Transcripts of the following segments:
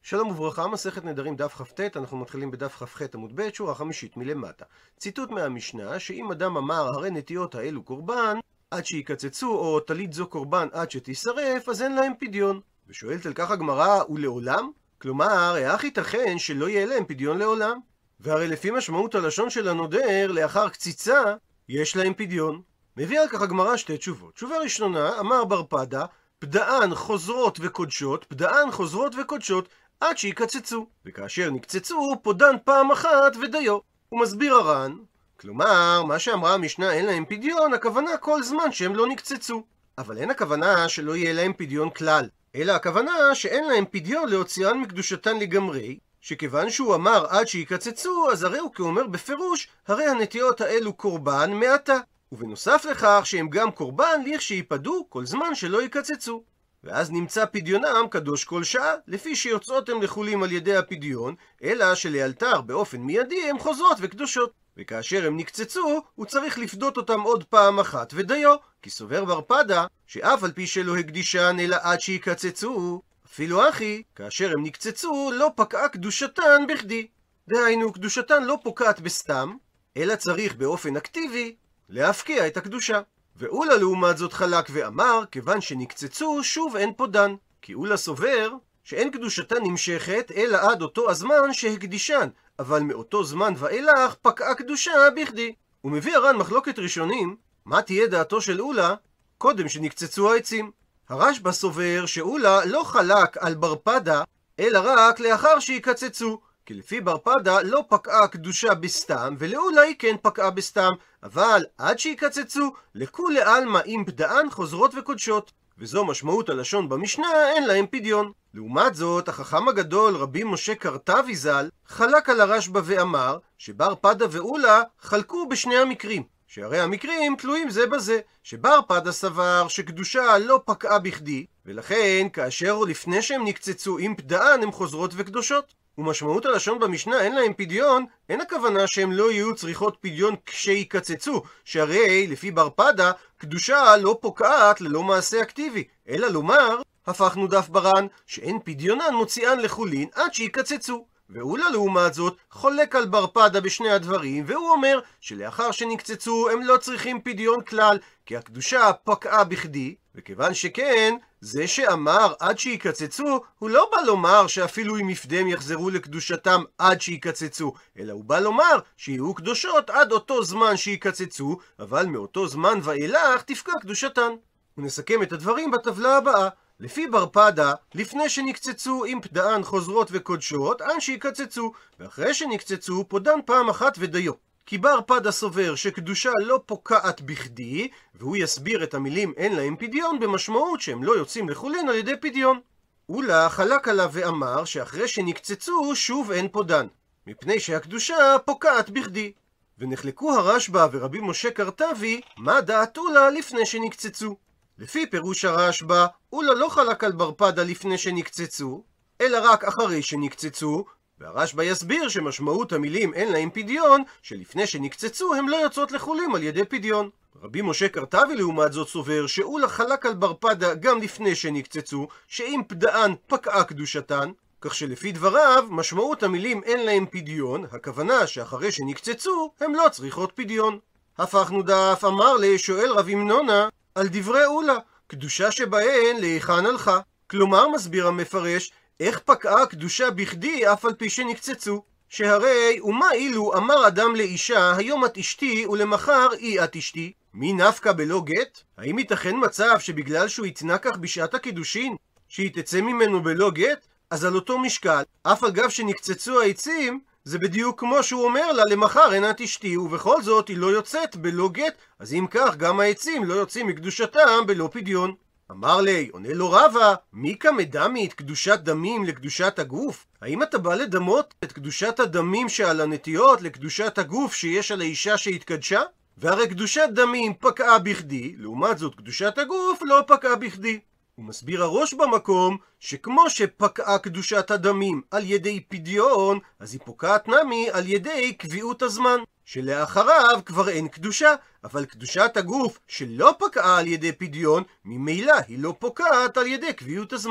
שלום וברכה, מסכת נדרים דף כ"ט, אנחנו מתחילים בדף כ"ח עמוד ב', שורה חמישית מלמטה. ציטוט מהמשנה, שאם אדם אמר הרי נטיות האלו קורבן עד שיקצצו, או טלית זו קורבן עד שתישרף, אז אין להם פדיון. ושואלת על כך הגמרא, ולעולם? כלומר, איך ייתכן שלא יהיה להם פדיון לעולם? והרי לפי משמעות הלשון של הנודר, לאחר קציצה, יש להם פדיון. מביא על כך הגמרא שתי תשובות. תשובה ראשונה, אמר בר פדה, פדאן חוזרות וקודשות, פדאן חוזרות וקודשות, עד שיקצצו, וכאשר נקצצו, פודן פעם אחת ודיו. הוא מסביר הר"ן, כלומר, מה שאמרה המשנה אין להם פדיון, הכוונה כל זמן שהם לא נקצצו. אבל אין הכוונה שלא יהיה להם פדיון כלל, אלא הכוונה שאין להם פדיון להוציאן מקדושתן לגמרי, שכיוון שהוא אמר עד שיקצצו, אז הרי הוא כאומר בפירוש, הרי הנטיות האלו קורבן מעתה. ובנוסף לכך שהם גם קורבן לכשייפדו כל זמן שלא יקצצו. ואז נמצא פדיונם קדוש כל שעה, לפי שיוצאות הם לחולים על ידי הפדיון, אלא שלאלתר באופן מיידי הם חוזרות וקדושות. וכאשר הם נקצצו, הוא צריך לפדות אותם עוד פעם אחת ודיו, כי סובר בר פדה, שאף על פי שלא הקדישן אלא עד שיקצצו, אפילו אחי, כאשר הם נקצצו, לא פקעה קדושתן בכדי. דהיינו, קדושתן לא פוקעת בסתם, אלא צריך באופן אקטיבי להפקיע את הקדושה. ואולה לעומת זאת חלק ואמר, כיוון שנקצצו, שוב אין פודן. כי אולה סובר שאין קדושתן נמשכת, אלא עד אותו הזמן שהקדישן, אבל מאותו זמן ואילך פקעה קדושה בכדי. הוא מביא הר"ן מחלוקת ראשונים, מה תהיה דעתו של אולה קודם שנקצצו העצים. הרשב"א סובר שאולה לא חלק על בר פדה, אלא רק לאחר שיקצצו. כי לפי בר פדה לא פקעה הקדושה בסתם, ולאולה היא כן פקעה בסתם, אבל עד שיקצצו, לכולי עלמא אם פדאן חוזרות וקודשות. וזו משמעות הלשון במשנה, אין להם פדיון. לעומת זאת, החכם הגדול רבי משה קרטבי ז"ל חלק על הרשב"א ואמר שבר פדה ואולה חלקו בשני המקרים, שהרי המקרים תלויים זה בזה, שבר פדה סבר שקדושה לא פקעה בכדי, ולכן כאשר לפני שהם נקצצו עם פדאן הם חוזרות וקדושות. ומשמעות הלשון במשנה אין להם פדיון, אין הכוונה שהם לא יהיו צריכות פדיון כשיקצצו, שהרי לפי בר פדה קדושה לא פוקעת ללא מעשה אקטיבי, אלא לומר, הפכנו דף ברן, שאין פדיונן מוציאן לחולין עד שיקצצו. ואולה לעומת זאת חולק על בר פדה בשני הדברים, והוא אומר שלאחר שנקצצו הם לא צריכים פדיון כלל, כי הקדושה פקעה בכדי, וכיוון שכן, זה שאמר עד שיקצצו, הוא לא בא לומר שאפילו אם יפדם יחזרו לקדושתם עד שיקצצו, אלא הוא בא לומר שיהיו קדושות עד אותו זמן שיקצצו, אבל מאותו זמן ואילך תפקע קדושתן. ונסכם את הדברים בטבלה הבאה. לפי בר פדה, לפני שנקצצו עם פדאן חוזרות וקודשות, עד שיקצצו, ואחרי שנקצצו פודן פעם אחת ודיו. כי בר פדה סובר שקדושה לא פוקעת בכדי, והוא יסביר את המילים אין להם פדיון במשמעות שהם לא יוצאים לחולין על ידי פדיון. אולה חלק עליו ואמר שאחרי שנקצצו שוב אין פודן, מפני שהקדושה פוקעת בכדי. ונחלקו הרשב"א ורבי משה קרטבי מה דעת אולה לפני שנקצצו. לפי פירוש הרשב"א, אולה לא חלק על בר פדה לפני שנקצצו, אלא רק אחרי שנקצצו, והרשב"א יסביר שמשמעות המילים אין להם פדיון, שלפני שנקצצו הם לא יוצאות לחולים על ידי פדיון. רבי משה קרטבי לעומת זאת סובר שאולה חלק על בר פדה גם לפני שנקצצו, שאם פדאן פקעה קדושתן, כך שלפי דבריו משמעות המילים אין להם פדיון, הכוונה שאחרי שנקצצו הם לא צריכות פדיון. הפכנו דף, אמר לשואל רב ימנונה על דברי אולה, קדושה שבהן להיכן הלכה. כלומר, מסביר המפרש, איך פקעה הקדושה בכדי אף על פי שנקצצו? שהרי ומה אילו אמר אדם לאישה היום את אשתי ולמחר היא את אשתי? מי נפקא בלא גט? האם ייתכן מצב שבגלל שהוא יתנה כך בשעת הקידושין שהיא תצא ממנו בלא גט? אז על אותו משקל, אף אגב שנקצצו העצים, זה בדיוק כמו שהוא אומר לה למחר אין את אשתי, ובכל זאת היא לא יוצאת בלא גט, אז אם כך גם העצים לא יוצאים מקדושתם בלא פדיון. אמר לי, עונה לו רבא, מי כמדמי את קדושת דמים לקדושת הגוף? האם אתה בא לדמות את קדושת הדמים שעל הנטיות לקדושת הגוף שיש על האישה שהתקדשה? והרי קדושת דמים פקעה בכדי, לעומת זאת קדושת הגוף לא פקעה בכדי. הוא מסביר הראש במקום שכמו שפקעה קדושת הדמים על ידי פדיון, אז היא פוקעת נמי על ידי קביעות הזמן, שלאחריו כבר אין קדושה, אבל קדושת הגוף שלא פקעה על ידי פדיון, ממילא היא לא פוקעת על ידי קביעות הזמן.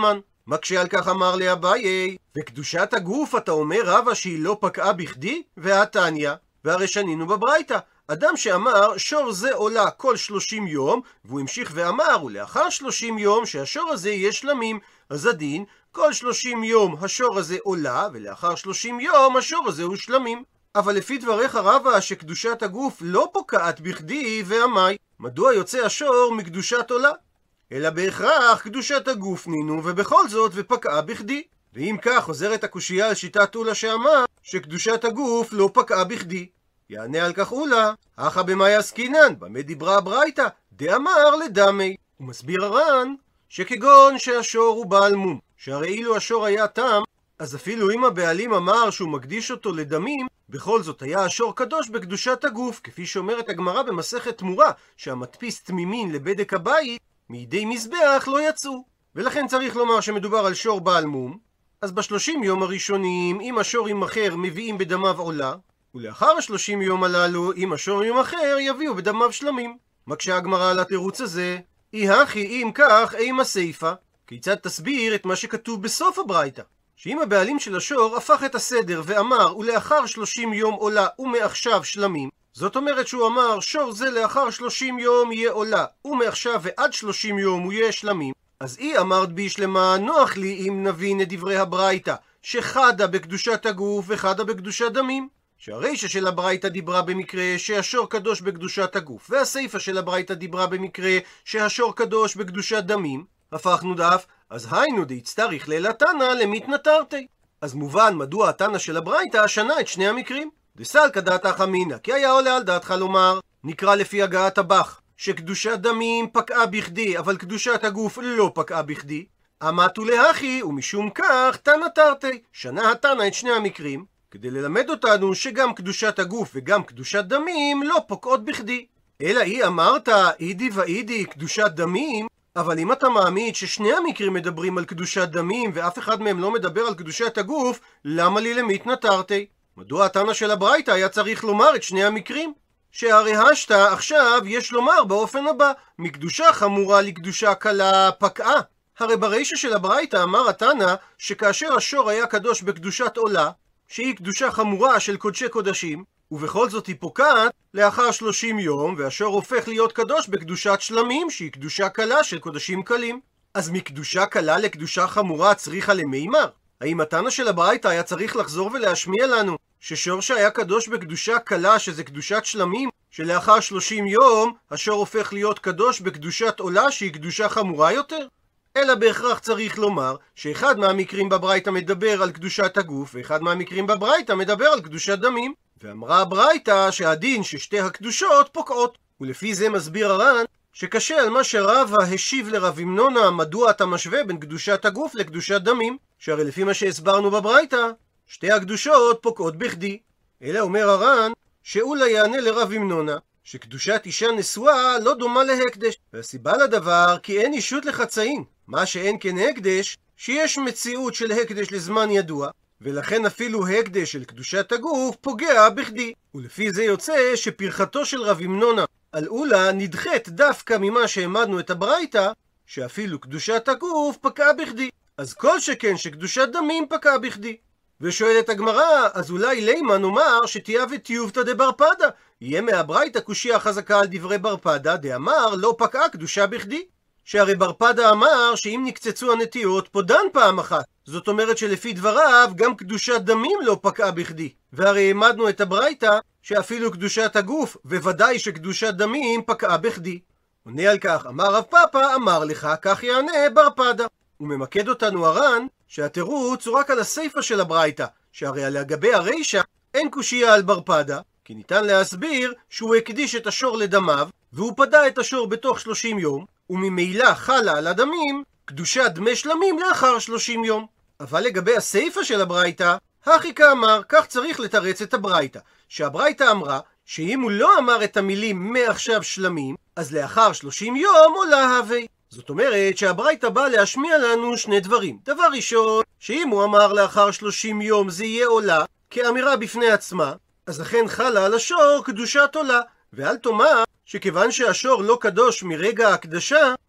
מקשה על כך אמר לאביי, וקדושת הגוף אתה אומר רבא שהיא לא פקעה בכדי? והתניא, והרי שנינו בברייתא, אדם שאמר שור זה עולה כל 30 יום, והוא המשיך ואמר ולאחר 30 יום שהשור הזה יהיה שלמים, אז הדין כל 30 יום השור הזה עולה, ולאחר 30 יום השור הזה הוא שלמים. אבל לפי דבריך רבא שקדושת הגוף לא פוקעת בכדי, ועמי, מדוע יוצא השור מקדושת עולה? אלא בהכרח קדושת הגוף נינו, ובכל זאת ופקעה בכדי. ואם כך חוזרת הקושייה על שיטת אולה שאמר שקדושת הגוף לא פקעה בכדי. יענה על כך אולה, אחא במאי עסקינן, במה דיברה הברייתא? דאמר לדמי. הוא מסביר הר"ן שכגון שהשור הוא בעל מום, שהרי אילו השור היה תם, אז אפילו אם הבעלים אמר שהוא מקדיש אותו לדמים, בכל זאת היה השור קדוש בקדושת הגוף, כפי שאומרת הגמרא במסכת תמורה, שהמדפיס תמימין לבדק הבית, מידי מזבח לא יצאו. ולכן צריך לומר שמדובר על שור בעל מום, אז ב30 יום הראשונים, אם השור יימכר, מביאים בדמיו עולה, ולאחר 30 יום הללו, אם השור יימכר, יביאו בדמיו שלמים. מקשה הגמרא על התירוץ הזה, אי הכי אם כך אימה סיפה. כיצד תסביר את מה שכתוב בסוף הברייתא? שאם הבעלים של השור הפך את הסדר ואמר ולאחר 30 יום עולה ומעכשיו שלמים, זאת אומרת שהוא אמר שור זה לאחר 30 יום יהיה עולה ומעכשיו ועד 30 יום הוא יהיה שלמים, אז אי אמרת בי שלמה נוח לי אם נבין את דברי הברייתא שחדה בקדושת הגוף וחדה בקדושת דמים, שהרישא של הברייתא דיברה במקרה שהשור קדוש בקדושת הגוף, והסיפא של הברייתא דיברה במקרה שהשור קדוש בקדושת דמים. הפכנו דף, אז היינו דאיצטריך לילה תנא למיתנא תרתי. אז מובן מדוע התנא של הברייתא שנה את שני המקרים. דסלקא דעתא חמינא, כי היה עולה על דעתך לומר, נקרא לפי הגעת הבח, שקדושת דמים פקעה בכדי, אבל קדושת הגוף לא פקעה בכדי. אמתו להכי, ומשום כך תנא תרתי, שנה התנא את שני המקרים, כדי ללמד אותנו שגם קדושת הגוף וגם קדושת דמים לא פוקעות בכדי. אלא היא אמרת, אידי ואידי קדושת דמים, אבל אם אתה מעמיד ששני המקרים מדברים על קדושת דמים ואף אחד מהם לא מדבר על קדושת הגוף, למה לי למיתנא תרתי? מדוע התנא של הברייתא היה צריך לומר את שני המקרים? שהרי השתא עכשיו יש לומר באופן הבא, מקדושה חמורה לקדושה קלה פקעה. הרי ברישא של הברייתא אמר התנא שכאשר השור היה קדוש בקדושת עולה, שהיא קדושה חמורה של קודשי קודשים, ובכל זאת היא פוקעת לאחר 30 יום, והשור הופך להיות קדוש בקדושת שלמים, שהיא קדושה קלה של קודשים קלים. אז מקדושה קלה לקדושה חמורה צריכה למימר? האם התנא של הברייתא היה צריך לחזור ולהשמיע לנו ששור שהיה קדוש בקדושה קלה, שזה קדושת שלמים, שלאחר 30 יום השור הופך להיות קדוש בקדושת עולה, שהיא קדושה חמורה יותר? אלא בהכרח צריך לומר שאחד מהמקרים בברייתא מדבר על קדושת הגוף, ואחד מהמקרים בברייתא מדבר על קדושת דמים. ואמרה הברייתא שהדין ששתי הקדושות פוקעות. ולפי זה מסביר הר"ן שקשה על מה שרבא השיב לרב אמנונה, מדוע אתה משווה בין קדושת הגוף לקדושת דמים, שהרי לפי מה שהסברנו בברייתא שתי הקדושות פוקעות בכדי. אלא אומר הר"ן שאולי יענה לרב אמנונה שקדושת אישה נשואה לא דומה להקדש, והסיבה לדבר כי אין אישות לחצאין, מה שאין כן הקדש שיש מציאות של הקדש לזמן ידוע, ולכן אפילו הקדש של קדושת הגוף פוגע בכדי. ולפי זה יוצא שפרחתו של רב אמנונה על אולה נדחית דווקא ממה שהעמדנו את הברייתא, שאפילו קדושת הגוף פקעה בכדי. אז כל שכן שקדושת דמים פקעה בכדי. ושואלת הגמרא, אז אולי לימה נאמר שתהיה וטיובתא דברפדא, יהיה מהברייתא קושיה חזקה על דברי ברפדא, דאמר לא פקעה קדושה בכדי. שהרי ברפדא אמר שאם נקצצו הנטיות פודן פעם אחת, זאת אומרת שלפי דבריו גם קדושת דמים לא פקעה בכדי, והרי העמדנו את הברייתא שאפילו קדושת הגוף וודאי שקדושת דמים פקעה בכדי. עונה על כך אמר רב פאפא, אמר לך כך יענה ברפדא. וממקד אותנו הר"ן שהתירוץ הוא רק על הסיפא של הברייתא, שהרי לגבי הרישא אין קושיה על ברפדא, כי ניתן להסביר שהוא הקדיש את השור לדמיו והוא פדה את השור בתוך 30 יום, וממילא חלה על הדמים קדושת דמי שלמים לאחר 30 יום. אבל לגבי הסיפא של הברייתא, הכי כאמר, כך צריך לתרץ את הברייתא, שהברייתא אמרה שאם הוא לא אמר את המילים מעכשיו שלמים, אז לאחר 30 יום עולה הווי. זאת אומרת שהברייתא באה להשמיע לנו שני דברים. דבר ראשון, שאם הוא אמר לאחר 30 יום זה יהיה עולה כאמירה בפני עצמה, אז לכן חלה על השור קדושת עולה. ואל תאמר שכיוון שהשור לא קדוש מרגע ההקדשה,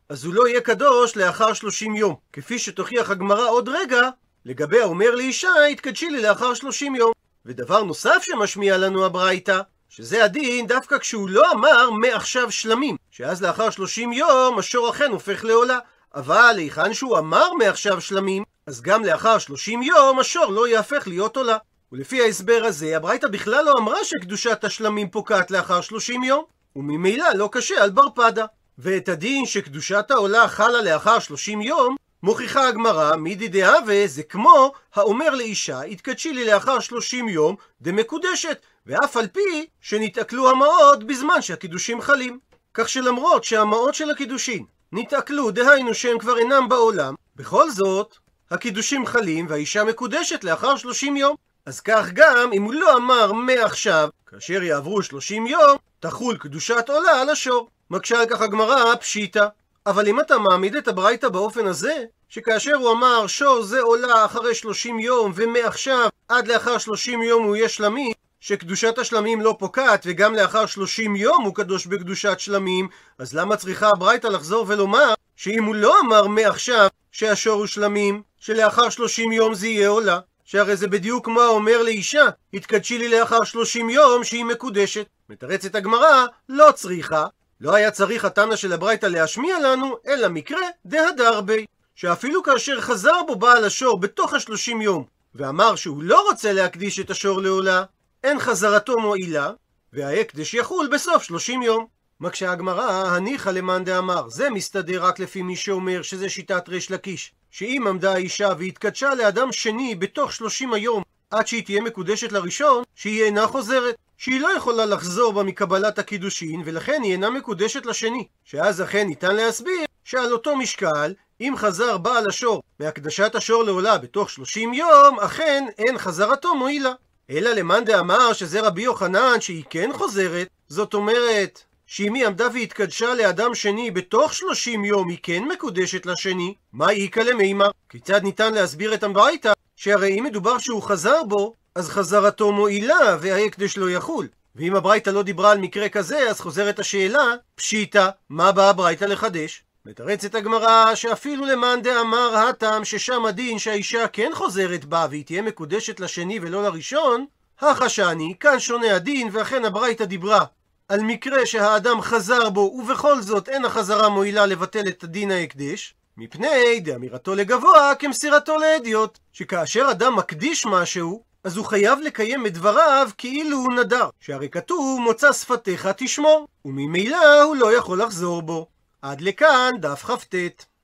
אז הוא לא יהיה קדוש לאחר 30 יום. כפי שתוכיח הגמרא עוד רגע, לגבי האומר לאישה, התקדשי לי לאחר 30 יום. ודבר נוסף שמשמיע לנו הברייתא, שזה הדין דווקא כשהוא לא אמר מעכשיו שלמים, שאז לאחר 30 יום השור אכן הופך לעולה. אבל היכן שהוא אמר מעכשיו שלמים, אז גם לאחר 30 יום השור לא יהפך להיות עולה. ולפי ההסבר הזה, הברייתא בכלל לא אמרה שקדושת השלמים פוקעת לאחר 30 יום, וממילא לא קשה על בר פדה. ואת הדין שקדושת העולה חלה לאחר 30 יום, מוכיחה הגמרא מידי דהווה זה כמו האומר לאישה התקדשי לי לאחר 30 יום דמקודשת, ואף על פי שנתעכלו המעות בזמן שהקידושים חלים. כך שלמרות שהמעות של הקידושין נתעכלו, דהיינו שהם כבר אינם בעולם, בכל זאת הקידושים חלים והאישה מקודשת לאחר 30 יום. אז כך גם אם הוא לא אמר מעכשיו, כאשר יעברו 30 יום תחול קדושת עולה על השור. מקשה על כך הגמרא פשיטא. אבל אם אתה מעמיד את הברייתא באופן הזה, שכאשר הוא אמר שור זה עולה אחרי 30 יום ומעכשיו עד לאחר 30 יום הוא יהיה שלמי, שקדושת השלמים לא פוקעת וגם לאחר 30 יום הוא קדוש בקדושת שלמים, אז למה צריכה הברייתא לחזור ולומר שאם הוא לא אמר מעכשיו שהשור הוא שלמים, שלאחר 30 יום זה יהיה עולה? שהרי זה בדיוק כמו האומר לאישה התקדשי לי לאחר 30 יום שהיא מקודשת. מתרצת הגמרא לא צריכה, לא היה צריך התנא של הברייתא להשמיע לנו, אלא מקרה דהדר בי, שאפילו כאשר חזר בו בעל השור בתוך 30 יום ואמר שהוא לא רוצה להקדיש את השור לעולה, אין חזרתו מועילה, וההקדש יחול בסוף 30 יום. מקשה הגמרא הניחא למאן דאמר, זה מסתדר רק לפי מי שאומר שזה שיטת ריש לקיש, שאם עמדה האישה והתקדשה לאדם שני בתוך 30 היום עד שהיא תהיה מקודשת לראשון, שהיא אינה חוזרת, שהיא לא יכולה לחזור בה מקבלת הקידושין, ולכן היא אינה מקודשת לשני, שאז אכן ניתן להסביר שעל אותו משקל, אם חזר בעל השור מהקדשת השור לעולה בתוך 30 יום, אכן אין חזרתו מועילה. אלא למאן דאמר שזה רבי יוחנן שהיא כן חוזרת, זאת אומרת שאם היא עמדה והתקדשה לאדם שני בתוך 30 יום היא כן מקודשת לשני, מה איכא למימר? כיצד ניתן להסביר את הברייתא שהרי אם מדובר שהוא חזר בו, אז חזרתו מועילה וההקדש לא יחול? ואם הברייתא לא דיברה על מקרה כזה, אז חוזרת השאלה פשיטא, מה באה הברייתא לחדש? מתרצת הגמרא שאפילו למאן דאמר הטעם ששם הדין שהאישה כן חוזרת בה והיא תהיה מקודשת לשני ולא לראשון, החשני, כאן שונה הדין, ואכן הברייתא דיברה על מקרה שהאדם חזר בו ובכל זאת אין החזרה מועילה לבטל את הדין ההקדש, מפני דאמירתו לגבוה כמסירתו לאדיוט, שכאשר אדם מקדיש משהו אז הוא חייב לקיים את דבריו כאילו הוא נדר, שהרי כתוב מוצא שפתיך תשמור, וממילא הוא לא יכול לחזור בו. עד לכאן דף כ"ט.